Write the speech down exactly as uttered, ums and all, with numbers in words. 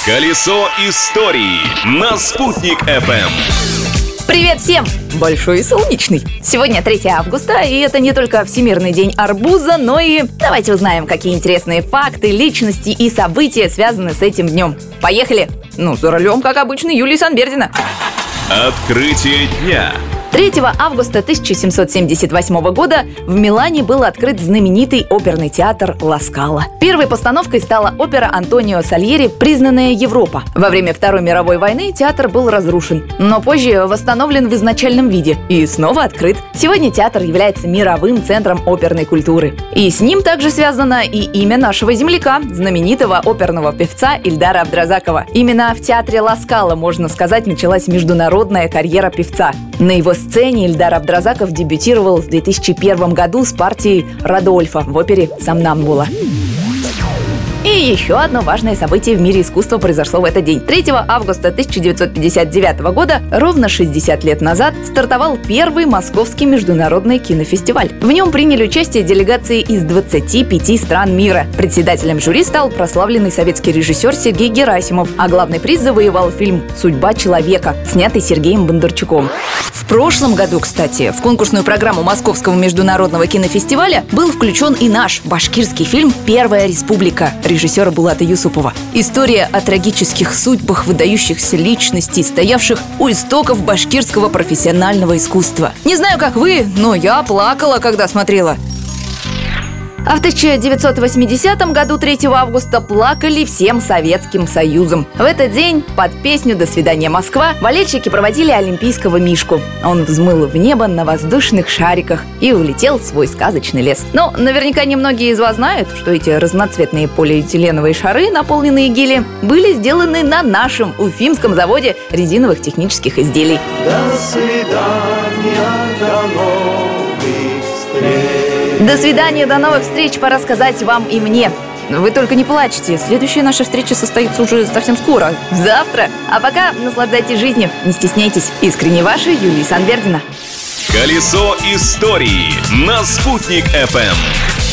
Колесо истории на Спутник эф эм. Привет всем! Большой и солнечный. Сегодня третье августа, и это не только Всемирный день арбуза, но и давайте узнаем, какие интересные факты, личности и события связаны с этим днем. Поехали! Ну, за рулем, как обычно, Юлия Санбердина. Открытие дня. третьего августа тысяча семьсот семьдесят восьмого года в Милане был открыт знаменитый оперный театр Ла Скала. Первой постановкой стала опера Антонио Сальери «Признанная Европа». Во время Второй мировой войны театр был разрушен, но позже восстановлен в изначальном виде и снова открыт. Сегодня театр является мировым центром оперной культуры. И с ним также связано и имя нашего земляка, знаменитого оперного певца Ильдара Абдразакова. Именно в театре Ла Скала, можно сказать, началась международная карьера певца. На его сцене Ильдар Абдразаков дебютировал в две тысячи первом году с партией Родольфо в опере «Сомнамбула». И еще одно важное событие в мире искусства произошло в этот день. третьего августа тысяча девятьсот пятьдесят девятого года, ровно шестьдесят лет назад, стартовал первый Московский международный кинофестиваль. В нем приняли участие делегации из двадцати пяти стран мира. Председателем жюри стал прославленный советский режиссер Сергей Герасимов, а главный приз завоевал фильм «Судьба человека», снятый Сергеем Бондарчуком. В прошлом году, кстати, в конкурсную программу Московского международного кинофестиваля был включен и наш башкирский фильм «Первая республика» режиссера Булата Юсупова. История о трагических судьбах выдающихся личностей, стоявших у истоков башкирского профессионального искусства. Не знаю, как вы, но я плакала, когда смотрела. А в тысяча девятьсот восьмидесятом году, третьего августа, плакали всем Советским Союзом. В этот день под песню «До свидания, Москва» болельщики проводили олимпийского мишку. Он взмыл в небо на воздушных шариках и улетел в свой сказочный лес. Но наверняка немногие из вас знают, что эти разноцветные полиэтиленовые шары, наполненные гелием, были сделаны на нашем уфимском заводе резиновых технических изделий. До свидания, до новых встреч. До свидания, до новых встреч, пора сказать вам и мне. Вы только не плачьте, следующая наша встреча состоится уже совсем скоро, завтра. А пока наслаждайтесь жизнью, не стесняйтесь. Искренне ваша Юлия Санбердина. Колесо истории на Спутник эф эм.